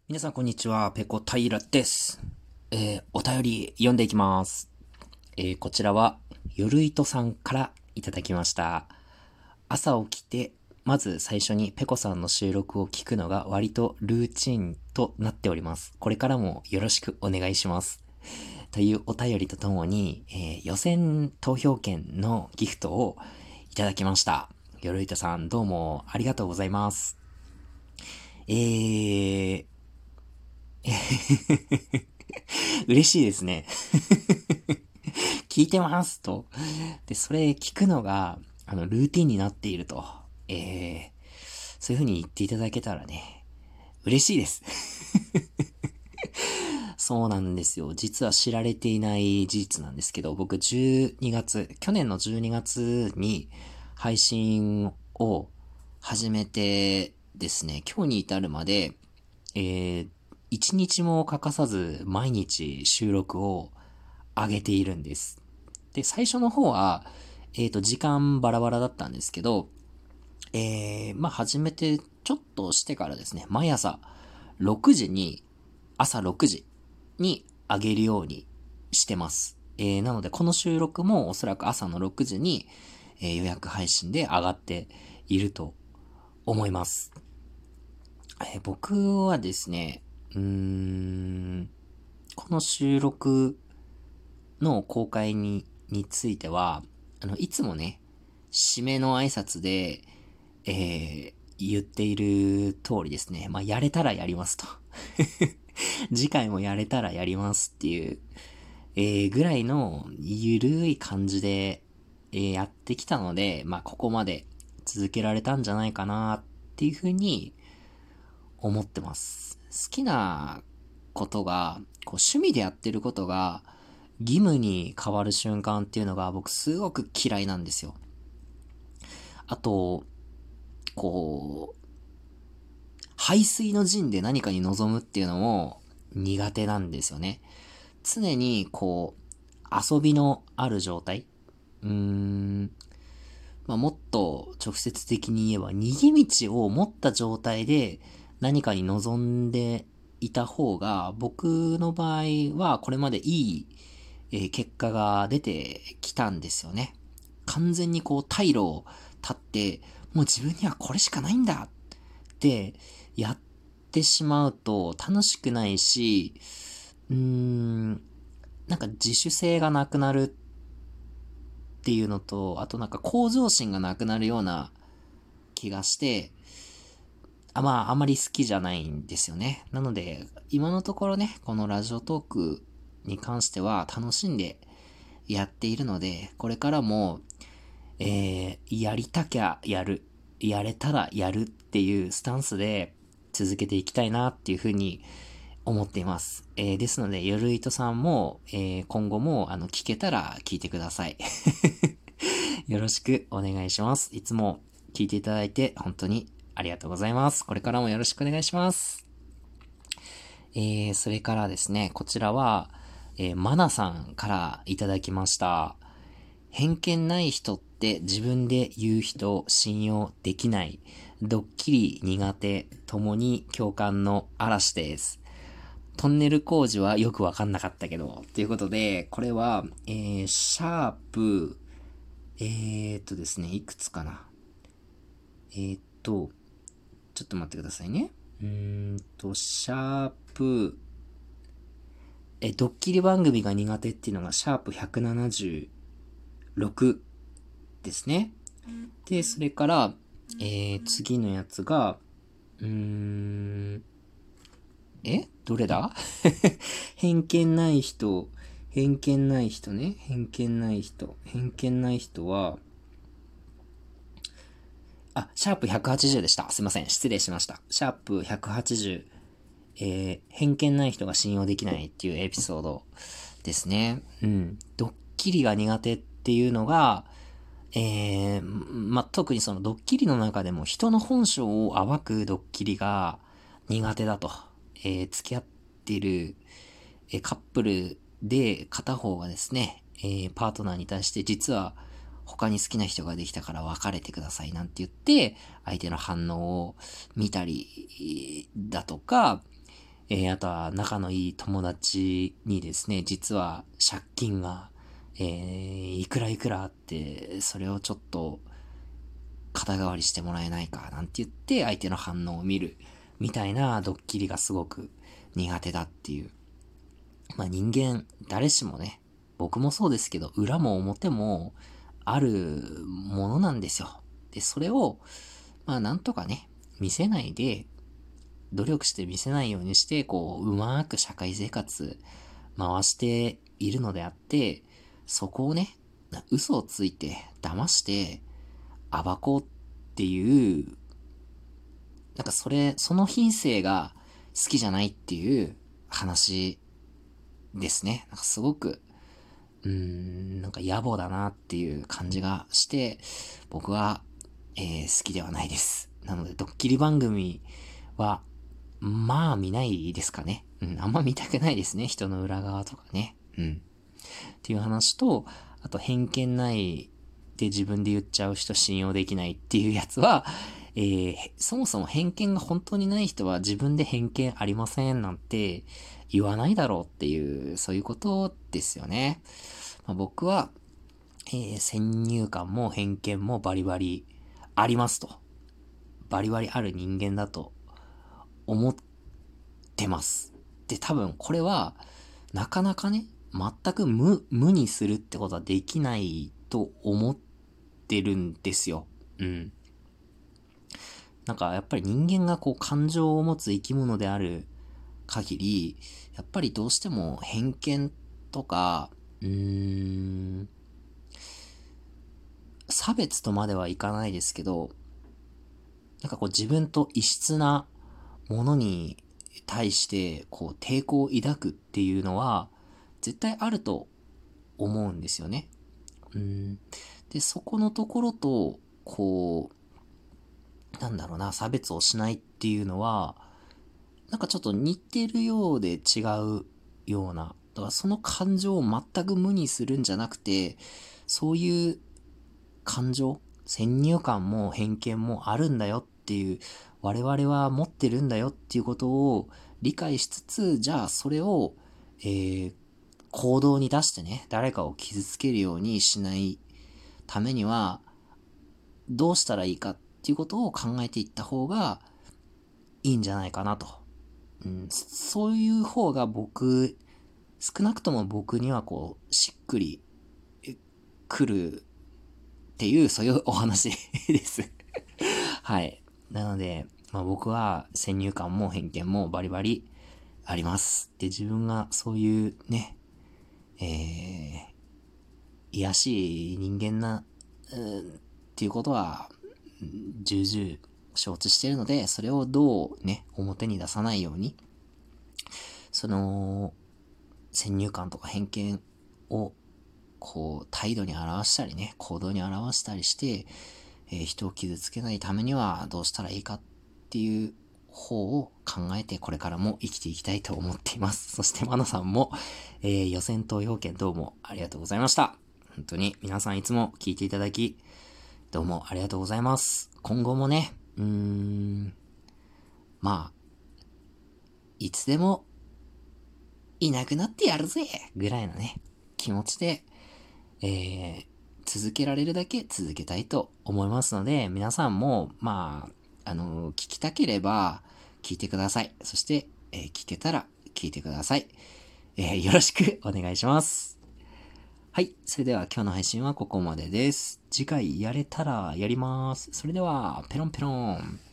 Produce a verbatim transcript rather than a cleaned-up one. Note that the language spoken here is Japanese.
皆さんこんにちは、ペコ平です。えー、お便り読んでいきます。えー、こちらは、ゆるいとさんからいただきました。朝起きて、まず最初にペコさんの収録を聞くのが割とルーチンとなっております。これからもよろしくお願いします。というお便りとともに、えー、予選投票券のギフトをいただきました。よるいとさんどうもありがとうございます。えー、嬉しいですね。聞いてますと。で、それ聞くのが、あの、ルーティンになっていると。えー、そういう風に言っていただけたらね、嬉しいです。そうなんですよ。実は知られていない事実なんですけど、僕じゅうにがつ、去年のじゅうにがつに配信を始めてですね、今日に至るまで、えー、一日も欠かさず毎日収録を上げているんです。で、最初の方は、えっと、時間バラバラだったんですけど、えー、まあ、始めてちょっとしてからですね、毎朝ろくじに、朝ろくじに上げるようにしてます。えー、なので、この収録もおそらく朝のろくじに、えー予約配信で上がっていると思います。えー僕はですね、うーん、この収録の公開に、については、あの、いつもね、締めの挨拶で、えー、言っている通りですね。まあ、やれたらやりますと。次回もやれたらやりますっていう、えー、ぐらいのゆるい感じで、えー、やってきたので、まあ、ここまで続けられたんじゃないかなっていうふうに思ってます。好きなことが、こう趣味でやってることが義務に変わる瞬間っていうのが僕すごく嫌いなんですよ。あと、こう、排水の陣で何かに臨むっていうのも苦手なんですよね。常にこう、遊びのある状態。うーん、まあ、もっと直接的に言えば逃げ道を持った状態で何かに臨んでいた方が僕の場合はこれまでいい、えー結果が出てきたんですよね。完全にこう退路を立ってもう自分にはこれしかないんだってやってしまうと楽しくないし、うーん、なんか自主性がなくなるっていうのと、あとなんか向上心がなくなるような気がして、あまあ、あまり好きじゃないんですよね。なので、今のところね、このラジオトークに関しては楽しんでやっているので、これからも、えー、やりたきゃやる、やれたらやるっていうスタンスで続けていきたいなっていうふうに思っています。えー、ですので、ゆるいとさんも、えー、今後も、あの、聞けたら聞いてください。よろしくお願いします。いつも聞いていただいて本当にありがとうございます。これからもよろしくお願いします。えー、それからですね、こちらは、えー、マナさんからいただきました。偏見ない人って自分で言う人を信用できない。ドッキリ苦手。ともに共感の嵐です。トンネル工事はよくわかんなかったけど。ということで、これは、えー、シャープ、えーっとですね、いくつかな。えーっと、ちょっと待ってくださいね。うーんと、シャープ、え、ドッキリ番組が苦手っていうのがシャープひゃくななじゅうろくですね。で、それから、えー、次のやつが、うーん、えどれだ偏見ない人、偏見ない人ね。偏見ない人。偏見ない人は、あ、シャープひゃくはちじゅうでした。すいません。失礼しました。シャープひゃくはちじゅう、えー、偏見ない人が信用できないっていうエピソードですね。うん。ドッキリが苦手っていうのが、えー、まあ、特にそのドッキリの中でも人の本性を暴くドッキリが苦手だと。えー、付き合っている、えーカップルで片方がですね、えーパートナーに対して実は他に好きな人ができたから別れてくださいなんて言って、相手の反応を見たりだとか、 えー、あとは仲のいい友達にですね、実は借金が、えー、いくらいくらあって、それをちょっと肩代わりしてもらえないかなんて言って相手の反応を見るみたいなドッキリがすごく苦手だっていう。まあ人間誰しもね、僕もそうですけど裏も表もあるものなんですよ。で、それをまあなんとかね、見せないで、努力して見せないようにして、こう、うまく社会生活回しているのであって、そこをね、嘘をついて、騙して、暴こうっていう、なんかそれ、その品性が好きじゃないっていう話ですね。なんかすごく、うーん、なんか野暮だなっていう感じがして、僕は、えー、好きではないです。なので、ドッキリ番組は、まあ見ないですかね。うん、あんま見たくないですね。人の裏側とかね。うん。っていう話と、あと偏見ないで自分で言っちゃう人信用できないっていうやつは、えー、そもそも偏見が本当にない人は自分で偏見ありませんなんて言わないだろうっていう、そういうことですよね。まあ、僕は、えー、先入観も偏見もバリバリありますと。バリバリある人間だと思ってます。で、多分これは、なかなかね、全く無、無にするってことはできないと思ってるんですよ。うん。なんかやっぱり人間がこう感情を持つ生き物である限り、やっぱりどうしても偏見とか、うーん、差別とまではいかないですけど、なんかこう自分と異質なものに対してこう抵抗を抱くっていうのは絶対あると思うんですよね。うん。で、そこのところと、こう、なんだろうな、差別をしないっていうのは、なんかちょっと似てるようで違うような。だからその感情を全く無にするんじゃなくて、そういう感情、先入観も偏見もあるんだよっていう、我々は持ってるんだよっていうことを理解しつつ、じゃあそれを、えー、行動に出してね、誰かを傷つけるようにしないためには、どうしたらいいかっていうことを考えていった方がいいんじゃないかなと。うん、そういう方が僕、少なくとも僕にはこう、しっくりくるっていう、そういうお話ですはい。なので、まあ僕は先入観も偏見もバリバリあります。で、自分がそういうね、えー、癒しい人間な、うん、っていうことは、重々承知しているので、それをどうね、表に出さないように、その、先入観とか偏見を、こう、態度に表したりね、行動に表したりして、えー、人を傷つけないためにはどうしたらいいかっていう方を考えてこれからも生きていきたいと思っています。そしてマナさんも、えー、予選投票権どうもありがとうございました。本当に皆さんいつも聞いていただき、どうもありがとうございます。今後もね、うーん、まあ、いつでもいなくなってやるぜぐらいのね、気持ちで、えー、続けられるだけ続けたいと思いますので、皆さんも、まあ、あのー、聞きたければ聞いてください。そして、えー、聞けたら聞いてください。えー、よろしくお願いします。はい。それでは今日の配信はここまでです。次回やれたらやります。それでは、ペロンペロン。